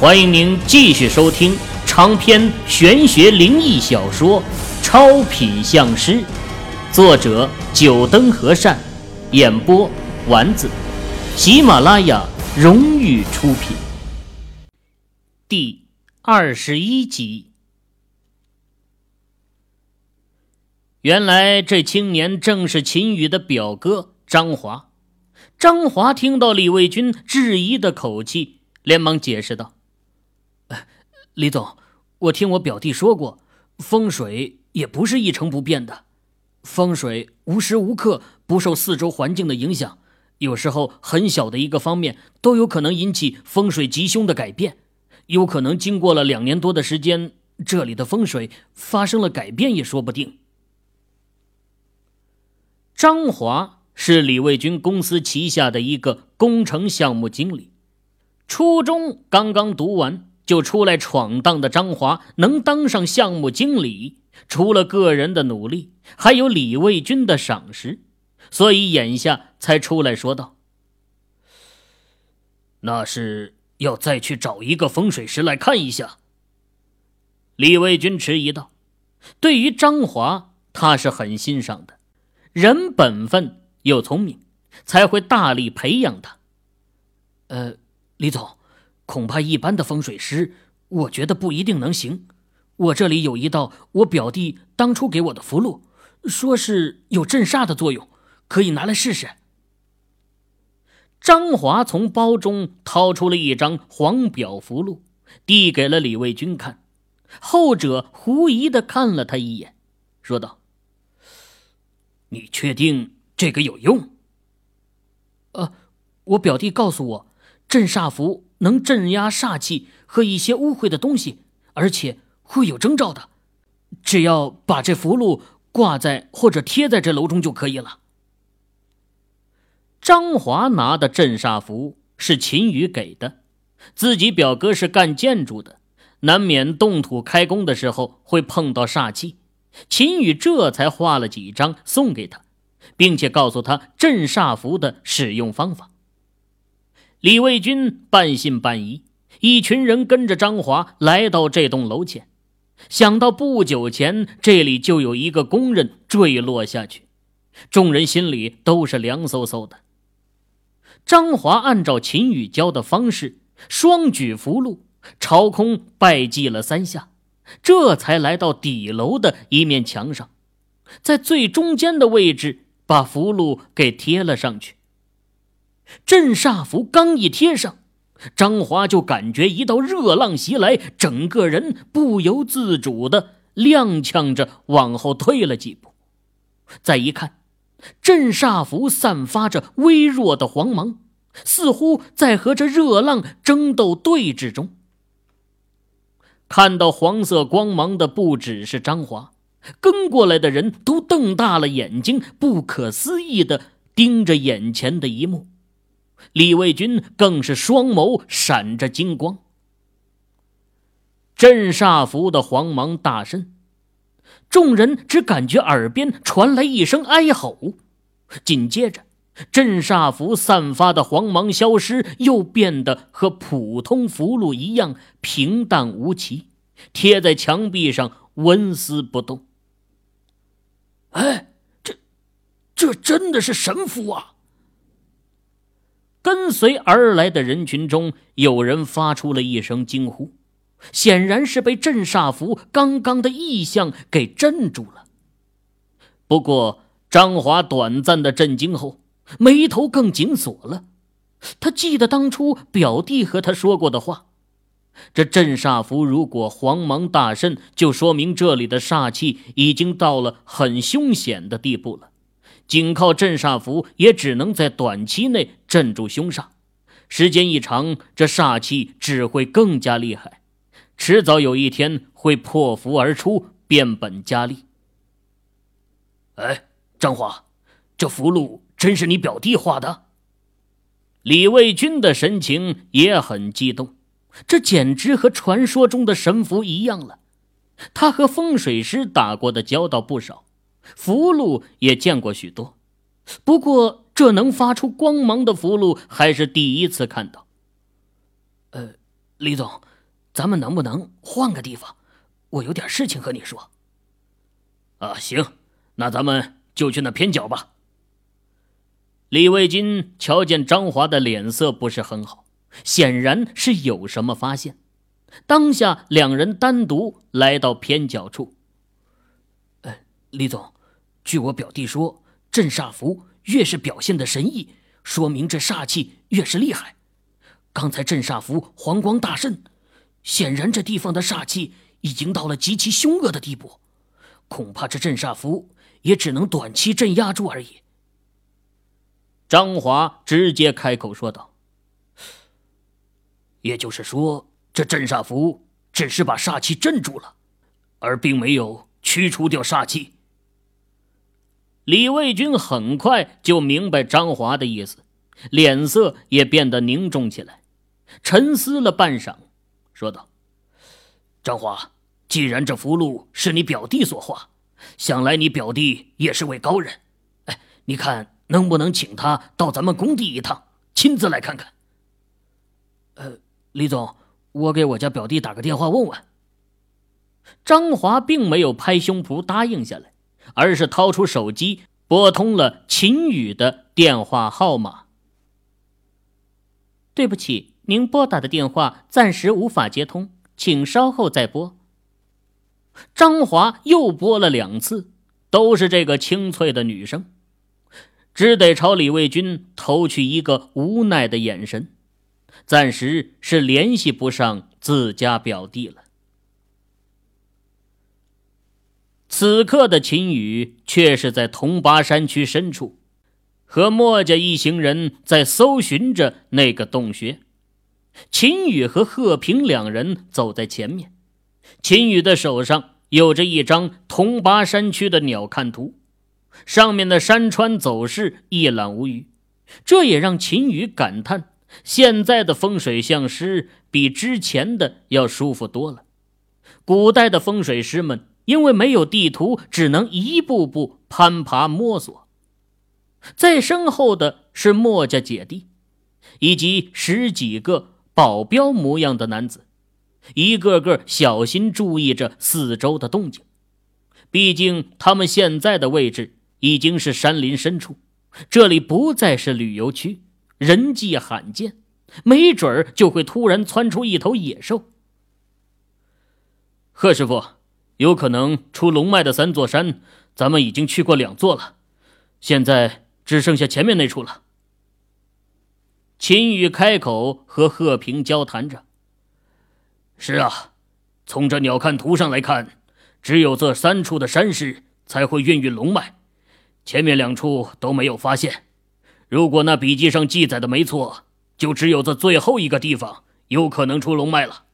欢迎您继续收听长篇玄学灵异小说《超品相师》，作者九灯和善，演播丸子，喜马拉雅荣誉出品。第21集。原来这青年正是秦宇的表哥张华。张华听到李卫军质疑的口气，连忙解释道：李总，我听我表弟说过，风水也不是一成不变的，风水无时无刻不受四周环境的影响，有时候很小的一个方面都有可能引起风水吉凶的改变，有可能经过了2年多的时间，这里的风水发生了改变也说不定。张华是李卫军公司旗下的一个工程项目经理，初中刚刚读完就出来闯荡的张华能当上项目经理，除了个人的努力，还有李卫军的赏识，所以眼下才出来说道：那是要再去找一个风水师来看一下。李卫军迟疑道，对于张华他是很欣赏的，人本分又聪明，才会大力培养他。李总，恐怕一般的风水师，我觉得不一定能行。我这里有一道我表弟当初给我的符箓，说是有镇煞的作用，可以拿来试试。张华从包中掏出了一张黄表符箓，递给了李卫军看。后者狐疑地看了他一眼，说道：你确定这个有用？我表弟告诉我，镇煞符能镇压煞气和一些污秽的东西，而且会有征兆的，只要把这符箓挂在或者贴在这楼中就可以了。张华拿的镇煞符是秦宇给的，自己表哥是干建筑的，难免动土开工的时候会碰到煞气，秦宇这才画了几张送给他，并且告诉他镇煞符的使用方法。李卫军半信半疑，一群人跟着张华来到这栋楼前，想到不久前这里就有一个工人坠落下去，众人心里都是凉飕飕的。张华按照秦宇教的方式，双举符箓，朝空拜祭了3下，这才来到底楼的一面墙上，在最中间的位置把符箓给贴了上去。镇煞符刚一贴上，张华就感觉一道热浪袭来，整个人不由自主地踉跄着往后退了几步。再一看，镇煞符散发着微弱的黄芒，似乎在和这热浪争斗对峙中。看到黄色光芒的不只是张华，跟过来的人都瞪大了眼睛，不可思议地盯着眼前的一幕。李卫军更是双眸闪着金光。镇煞符的黄芒大甚，众人只感觉耳边传来一声哀吼，紧接着镇煞符散发的黄芒消失，又变得和普通符箓一样平淡无奇，贴在墙壁上纹丝不动。这真的是神符啊！跟随而来的人群中，有人发出了一声惊呼，显然是被镇煞符刚刚的异象给镇住了。不过张华短暂的震惊后，眉头更紧锁了。他记得当初表弟和他说过的话，这镇煞符如果黄芒大盛，就说明这里的煞气已经到了很凶险的地步了，仅靠镇煞符也只能在短期内镇住凶煞，时间一长，这煞气只会更加厉害，迟早有一天会破符而出，变本加厉。张华，这符箓真是你表弟画的？李卫军的神情也很激动，这简直和传说中的神符一样了。他和风水师打过的交道不少，符箓也见过许多，不过这能发出光芒的符箓还是第一次看到。 李总，咱们能不能换个地方？我有点事情和你说。 行，那咱们就去那偏角吧。李卫军瞧见张华的脸色不是很好，显然是有什么发现。当下两人单独来到偏角处。 李总，据我表弟说，镇煞符越是表现的神异，说明这煞气越是厉害。刚才镇煞符黄光大盛，显然这地方的煞气已经到了极其凶恶的地步，恐怕这镇煞符也只能短期镇压住而已。 张华直接开口说道： 也就是说，这镇煞符只是把煞气镇住了，而并没有驱除掉煞气。 李卫军很快就明白张华的意思，脸色也变得凝重起来，沉思了半晌，说道： 张华，既然这符箓是你表弟所画，想来你表弟也是位高人。你看能不能请他到咱们工地一趟，亲自来看看？李总，我给我家表弟打个电话问问。 张华并没有拍胸脯答应下来，而是掏出手机拨通了秦宇的电话号码。 对不起，您拨打的电话暂时无法接通，请稍后再拨。 张华又拨了2次，都是这个清脆的女声，只得朝李卫军投去一个无奈的眼神，暂时是联系不上自家表弟了。此刻的秦宇却是在铜拔山区深处，和墨家一行人在搜寻着那个洞穴。秦宇和贺平两人走在前面，秦宇的手上有着一张铜拔山区的鸟瞰图，上面的山川走势一览无余，这也让秦宇感叹，现在的风水相师比之前的要舒服多了。古代的风水师们因为没有地图，只能一步步攀爬摸索。在身后的是墨家姐弟以及10几个保镖模样的男子，一个个小心注意着四周的动静。毕竟他们现在的位置已经是山林深处，这里不再是旅游区，人迹罕见，没准儿就会突然窜出一头野兽。贺师傅，有可能出龙脉的3座山，咱们已经去过2座了，现在只剩下前面那处了。秦宇开口和贺平交谈着。 是啊，从这鸟瞰图上来看，只有这3处的山势才会孕育龙脉，前面2处都没有发现。如果那笔记上记载的没错，就只有这最后一个地方有可能出龙脉了。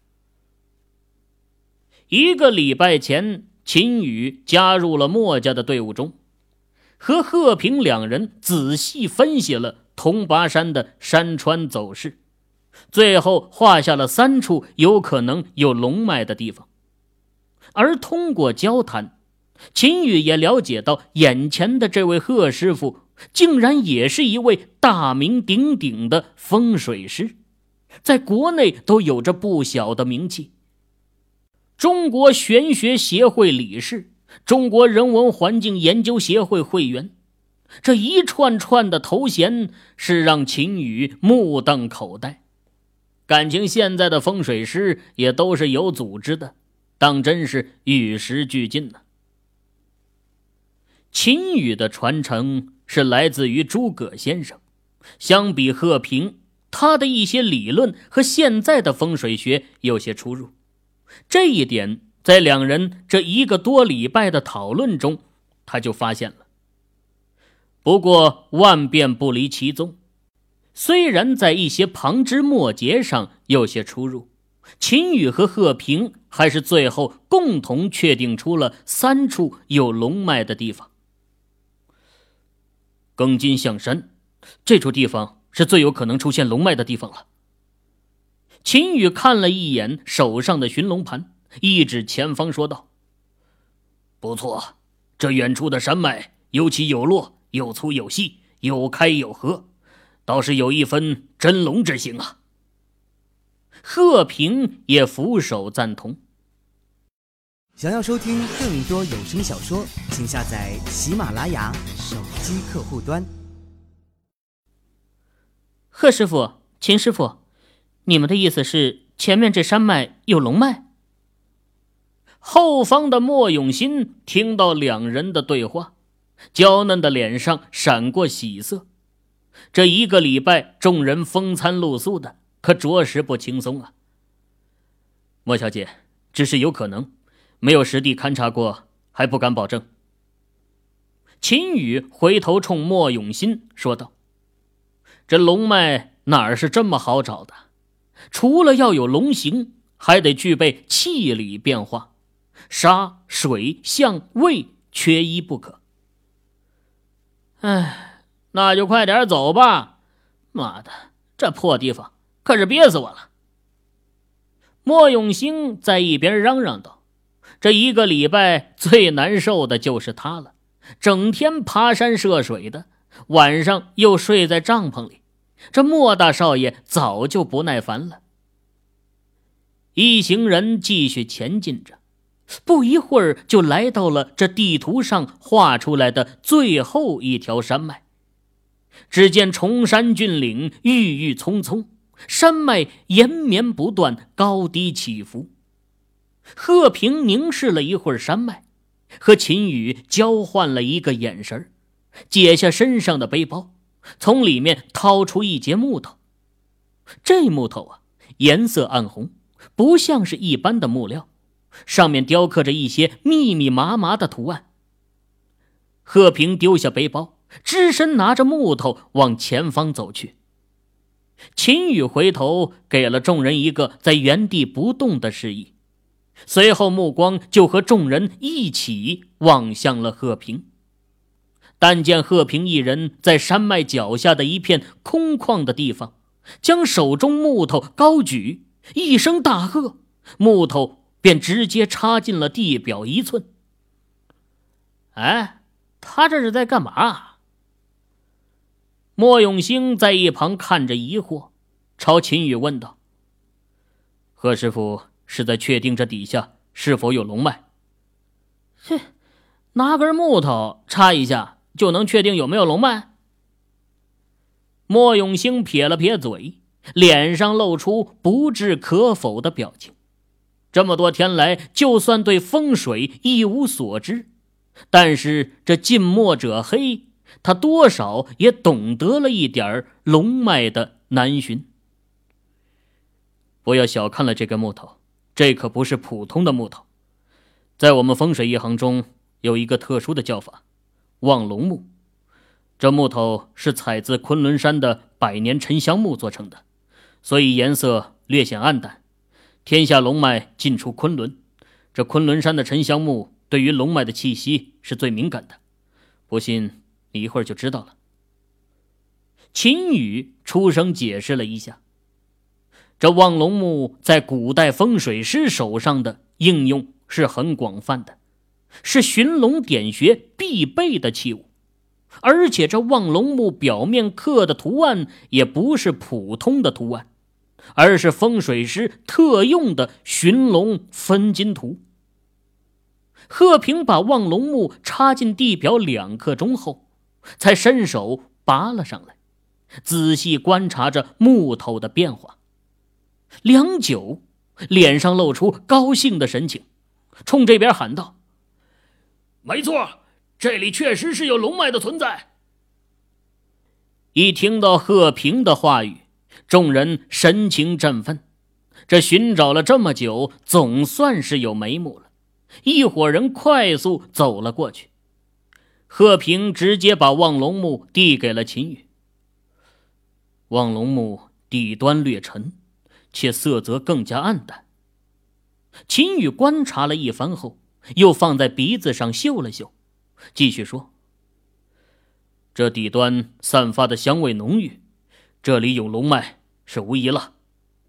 1个礼拜前，秦宇加入了墨家的队伍中，和贺平两人仔细分析了铜拔山的山川走势，最后画下了3处有可能有龙脉的地方。而通过交谈，秦宇也了解到，眼前的这位贺师傅竟然也是一位大名鼎鼎的风水师，在国内都有着不小的名气。中国玄学协会理事，中国人文环境研究协会会员，这一串串的头衔是让秦宇目瞪口呆。感情现在的风水师也都是有组织的，当真是与时俱进呢。秦宇的传承是来自于诸葛先生，相比贺平，他的一些理论和现在的风水学有些出入。这一点在两人这1个多礼拜的讨论中，他就发现了。不过万变不离其宗，虽然在一些旁枝末节上有些出入，秦宇和贺平还是最后共同确定出了3处有龙脉的地方。 庚金象山，这处地方是最有可能出现龙脉的地方了。 秦宇看了一眼手上的寻龙盘，一指前方说道： 不错，这远处的山脉有起有落，有粗有细，有开有合，倒是有一分真龙之形啊。 贺平也俯首赞同。 想要收听更多有声小说，请下载喜马拉雅手机客户端。 贺师傅，秦师傅，你们的意思是前面这山脉有龙脉？ 后方的莫永新听到两人的对话，娇嫩的脸上闪过喜色。这一个礼拜，众人风餐露宿的，可着实不轻松啊。莫小姐，只是有可能，没有实地勘察过，还不敢保证。秦宇回头冲莫永新说道：“这龙脉哪儿是这么好找的？除了要有龙形，还得具备气理变化，沙、水、象、味缺一不可。”哎，那就快点走吧！妈的，这破地方可是憋死我了！莫永兴在一边嚷嚷道：“这一个礼拜最难受的就是他了，整天爬山涉水的，晚上又睡在帐篷里。这莫大少爷早就不耐烦了。”一行人继续前进着，不一会儿就来到了这地图上画出来的最后一条山脉。只见崇山峻岭郁郁葱葱，山脉延绵不断，高低起伏。贺平凝视了一会儿山脉，和秦宇交换了一个眼神，解下身上的背包，从里面掏出一截木头。这木头啊，颜色暗红，不像是一般的木料，上面雕刻着一些密密麻麻的图案。贺平丢下背包，只身拿着木头往前方走去。秦宇回头给了众人一个在原地不动的示意，随后目光就和众人一起望向了贺平。但见贺平一人在山脉脚下的一片空旷的地方，将手中木头高举，一声大喝，木头便直接插进了地表1寸。哎，他这是在干嘛？莫永兴在一旁看着疑惑，朝秦宇问道：“贺师傅是在确定这底下是否有龙脉？”“切，拿根木头插一下就能确定有没有龙脉？”莫永兴撇了撇嘴，脸上露出不置可否的表情。这么多天来，就算对风水一无所知，但是这近墨者黑，他多少也懂得了一点龙脉的难寻。不要小看了这根木头，这可不是普通的木头，在我们风水一行中有一个特殊的叫法，望龙木。这木头是采自昆仑山的百年沉香木做成的，所以颜色略显暗淡。天下龙脉尽出昆仑，这昆仑山的沉香木对于龙脉的气息是最敏感的，不信你一会儿就知道了。秦宇出声解释了一下，这望龙木在古代风水师手上的应用是很广泛的，是寻龙点穴必备的器物。而且这望龙木表面刻的图案也不是普通的图案，而是风水师特用的寻龙分金图。贺平把望龙木插进地表2刻钟后，才伸手拔了上来，仔细观察着木头的变化。良久，脸上露出高兴的神情，冲这边喊道：“没错，这里确实是有龙脉的存在。”一听到贺平的话语，众人神情振奋，这寻找了这么久，总算是有眉目了。一伙人快速走了过去，贺平直接把望龙木递给了秦宇。望龙木底端略沉，且色泽更加暗淡。秦宇观察了一番后，又放在鼻子上嗅了嗅，继续说：“这底端散发的香味浓郁，这里有龙脉是无疑了。”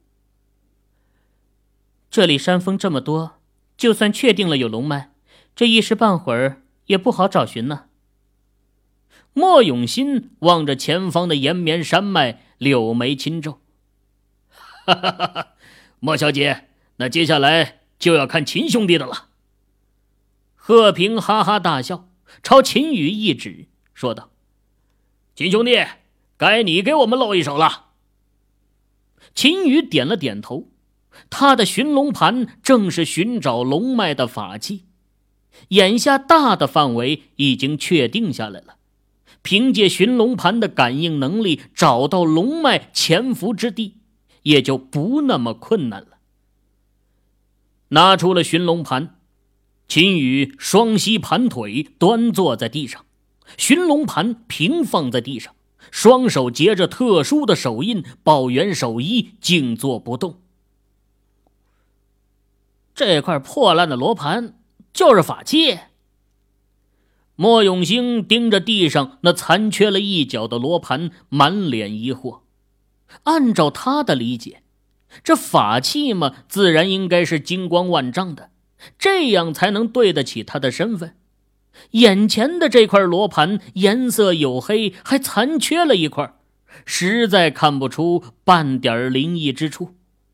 这里山峰这么多，就算确定了有龙脉，这一时半会儿也不好找寻呢。 莫永新望着前方的延绵山脉，柳眉轻皱：“哈哈哈哈， 莫小姐，那接下来就要看秦兄弟的了。贺平哈哈大笑，朝秦羽一指，说道：秦兄弟，该你给我们露一手了。秦羽点了点头，他的寻龙盘正是寻找龙脉的法器，眼下大的范围已经确定下来了，凭借寻龙盘的感应能力找到龙脉潜伏之地，也就不那么困难了。拿出了寻龙盘，秦羽双膝盘腿端坐在地上，寻龙盘平放在地上，双手结着特殊的手印，抱元手衣，静坐不动。 这块破烂的罗盘就是法器？ 莫永兴盯着地上那残缺了一角的罗盘，满脸疑惑。按照他的理解，这法器嘛，自然应该是金光万丈的，这样才能对得起他的身份。眼前的这块罗盘颜色黝黑，还残缺了一块，实在看不出半点灵异之处。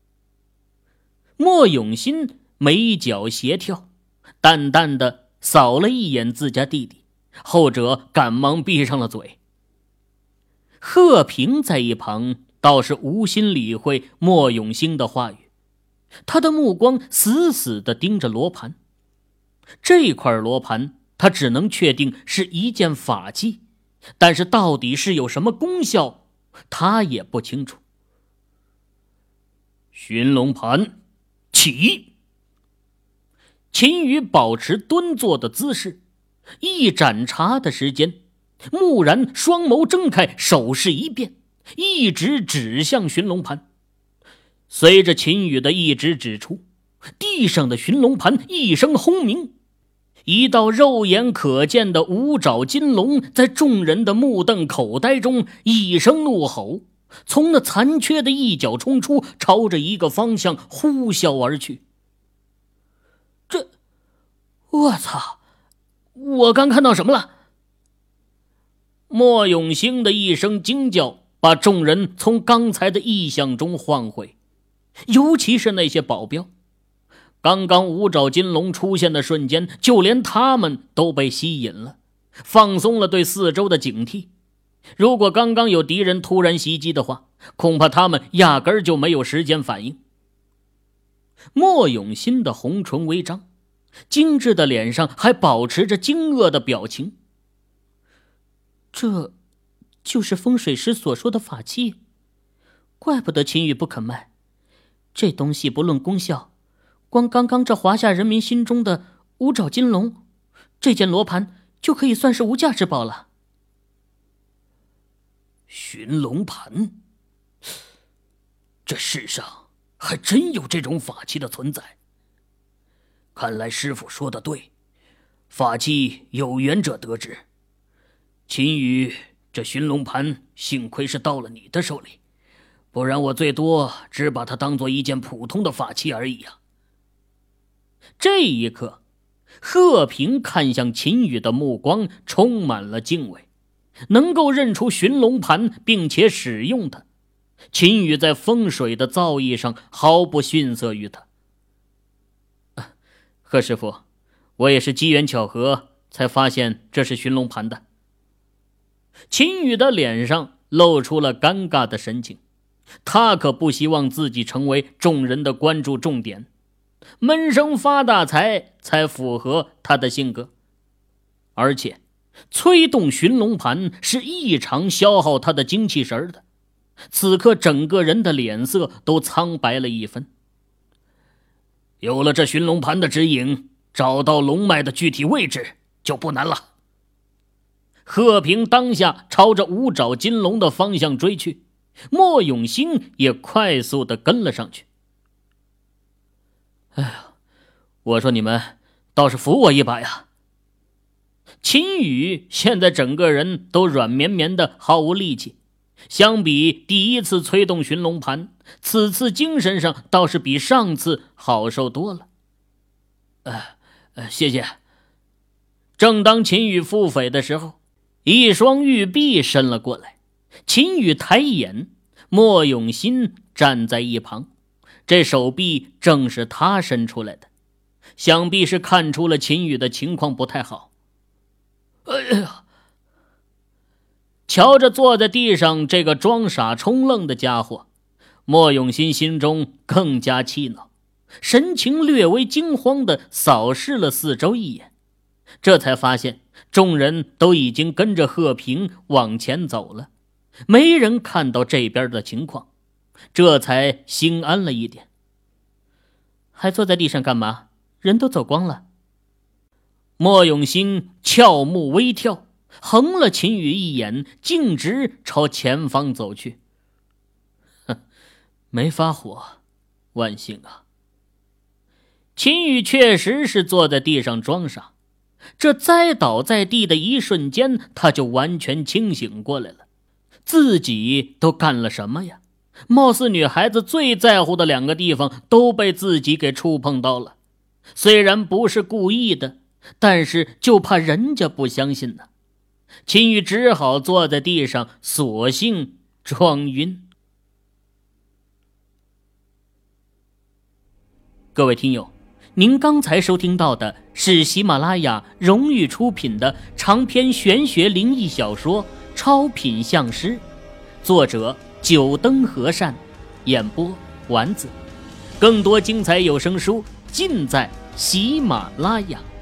莫永兴眉角斜跳，淡淡的扫了一眼自家弟弟，后者赶忙闭上了嘴。贺平在一旁倒是无心理会莫永兴的话语，他的目光死死地盯着罗盘。这块罗盘他只能确定是一件法器，但是到底是有什么功效，他也不清楚。寻龙盘起！秦羽保持蹲坐的姿势，一盏茶的时间，蓦然双眸睁开，手势一变，一指指向寻龙盘。随着秦羽的一指指出，地上的寻龙盘一声轰鸣，一道肉眼可见的五爪金龙在众人的目瞪口呆中一声怒吼，从那残缺的一角冲出，朝着一个方向呼啸而去。我操！我刚看到什么了？莫永兴的一声惊叫把众人从刚才的异象中唤回，尤其是那些保镖。刚刚五爪金龙出现的瞬间，就连他们都被吸引了，放松了对四周的警惕。如果刚刚有敌人突然袭击的话，恐怕他们压根儿就没有时间反应。莫永兴的红唇微张，精致的脸上还保持着惊愕的表情。这就是风水师所说的法器，怪不得秦羽不肯卖。这东西不论功效，光刚刚这华夏人民心中的五爪金龙，这件罗盘就可以算是无价之宝了。寻龙盘，这世上还真有这种法器的存在。看来师傅说的对，法器有缘者得之。秦羽，这寻龙盘幸亏是到了你的手里，不然我最多只把它当做一件普通的法器而已啊。这一刻，贺平看向秦羽的目光充满了敬畏，能够认出寻龙盘并且使用它，秦羽在风水的造诣上毫不逊色于他。贺师傅，我也是机缘巧合才发现这是寻龙盘的。秦羽的脸上露出了尴尬的神情，他可不希望自己成为众人的关注重点，闷声发大财才符合他的性格。而且催动寻龙盘是异常消耗他的精气神的，此刻整个人的脸色都苍白了一分。有了这寻龙盘的指引，找到龙脉的具体位置就不难了。贺平当下朝着五爪金龙的方向追去，莫永兴也快速地跟了上去。哎呀，我说你们倒是扶我一把呀！秦羽现在整个人都软绵绵的，毫无力气。相比第一次催动寻龙盘，此次精神上倒是比上次好受多了。谢谢。正当秦羽腹诽的时候，一双玉臂伸了过来。秦羽抬眼，莫永兴站在一旁， 这手臂正是他伸出来的，想必是看出了秦宇的情况不太好。 哎呀！ 瞧着坐在地上这个装傻充愣的家伙，莫永新心中更加气恼，神情略微惊慌地扫视了四周一眼，这才发现众人都已经跟着贺平往前走了，没人看到这边的情况，这才心安了一点。 还坐在地上干嘛？人都走光了。 莫永新俏目微跳，横了秦宇一眼，径直朝前方走去。没发火，万幸啊！秦宇确实是坐在地上装傻，这栽倒在地的一瞬间，他就完全清醒过来了。自己都干了什么呀？貌似女孩子最在乎的两个地方都被自己给触碰到了，虽然不是故意的，但是就怕人家不相信呢。秦宇只好坐在地上，索性装晕。各位听友，您刚才收听到的是喜马拉雅荣誉出品的长篇玄学灵异小说《超品相师》，作者九灯和善，演播丸子。更多精彩有声书尽在喜马拉雅。